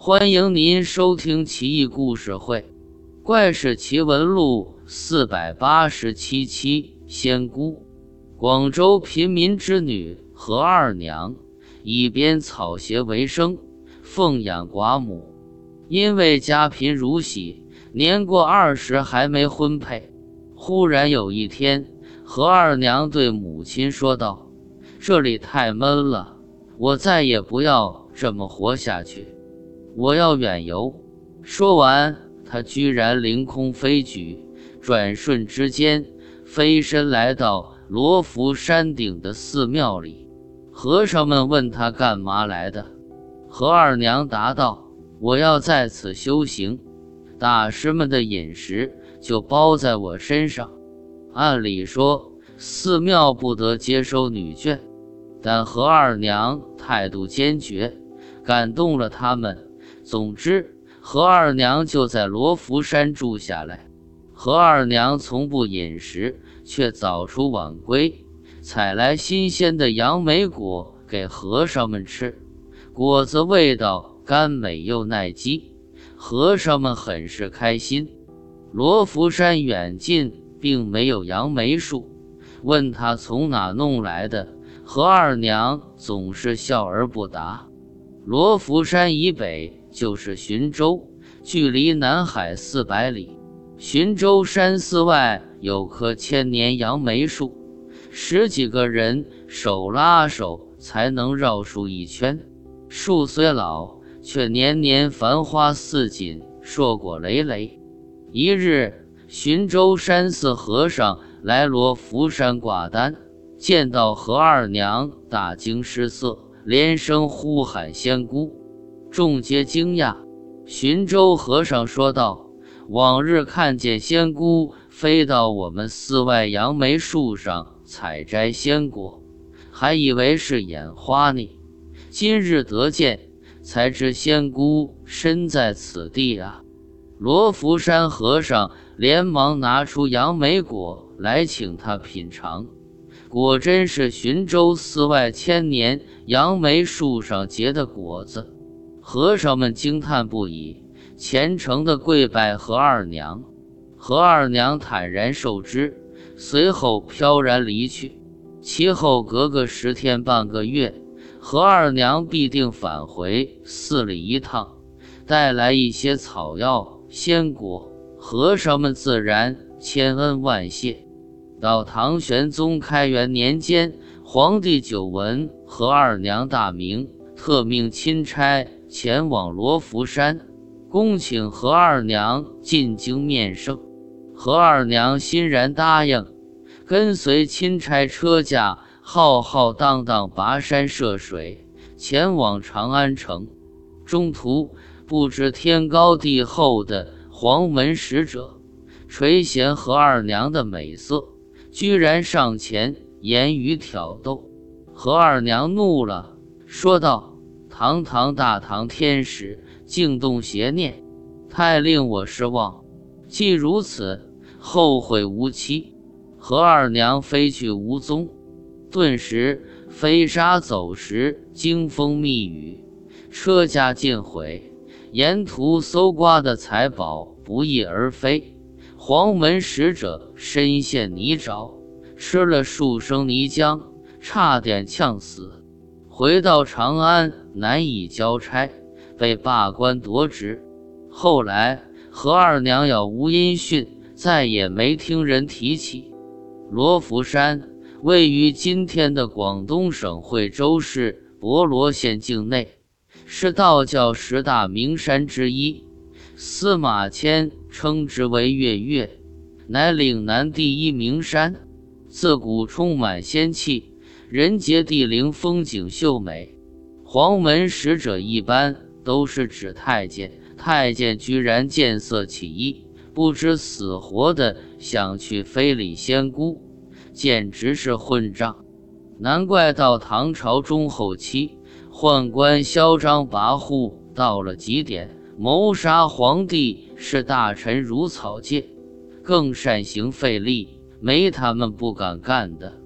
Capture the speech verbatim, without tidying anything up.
欢迎您收听奇异故事会，怪事奇闻录四百八十七期。仙姑。广州贫民之女何二娘以编草鞋为生，奉养寡母，因为家贫如洗，年过二十还没婚配。忽然有一天，何二娘对母亲说道：这里太闷了，我再也不要这么活下去，我要远游。说完，她居然凌空飞举，转瞬之间飞身来到罗浮山顶的寺庙里。和尚们问她干嘛来的，何二娘答道：我要在此修行，大师们的饮食就包在我身上。按理说寺庙不得接收女眷，但何二娘态度坚决，感动了他们。总之，何二娘就在罗浮山住下来。何二娘从不饮食，却早出晚归，采来新鲜的杨梅果给和尚们吃。果子味道甘美又耐饥，和尚们很是开心。罗浮山远近并没有杨梅树，问他从哪弄来的，何二娘总是笑而不答。罗浮山以北就是浔州，距离南海四百里。浔州山寺外有棵千年杨梅树，十几个人手拉手才能绕树一圈。树虽老，却年年繁花似锦，硕果累累。一日，浔州山寺和尚来罗浮山挂单，见到何二娘，大惊失色，连声呼喊仙姑，众皆惊讶。浔州和尚说道：往日看见仙姑飞到我们寺外杨梅树上采摘仙果，还以为是眼花呢，今日得见，才知仙姑身在此地啊。罗浮山和尚连忙拿出杨梅果来请他品尝，果真是浔州寺外千年杨梅树上结的果子。和尚们惊叹不已，虔诚地跪拜何二娘。何二娘坦然受之，随后飘然离去。其后隔个十天半个月，何二娘必定返回寺里一趟，带来一些草药仙果，和尚们自然千恩万谢。到唐玄宗开元年间，皇帝久闻何二娘大名，特命钦差前往罗浮山，恭请何二娘进京面圣。何二娘欣然答应，跟随钦差车驾浩浩荡荡跋山涉水，前往长安城。中途不知天高地厚的黄门使者垂涎何二娘的美色，居然上前言语挑逗。何二娘怒了，说道：堂堂大唐天使，竟动邪念，太令我失望。既如此，后会无期。何二娘飞去无踪，顿时飞沙走石，惊风密雨，车驾尽毁，沿途搜刮的财宝不翼而飞。黄门使者身陷泥沼，吃了数升泥浆，差点呛死。回到长安难以交差，被罢官夺职。后来何二娘杳无音讯，再也没听人提起。罗浮山位于今天的广东省惠州市博罗县境内，是道教十大名山之一。司马迁称之为月月，乃岭南第一名山，自古充满仙气，人杰地灵，风景秀美。黄门使者一般都是指太监，太监居然见色起意，不知死活的想去非礼仙姑，简直是混账。难怪到唐朝中后期，宦官嚣张跋扈到了极点，谋杀皇帝是大臣如草芥，更擅行废立，没他们不敢干的。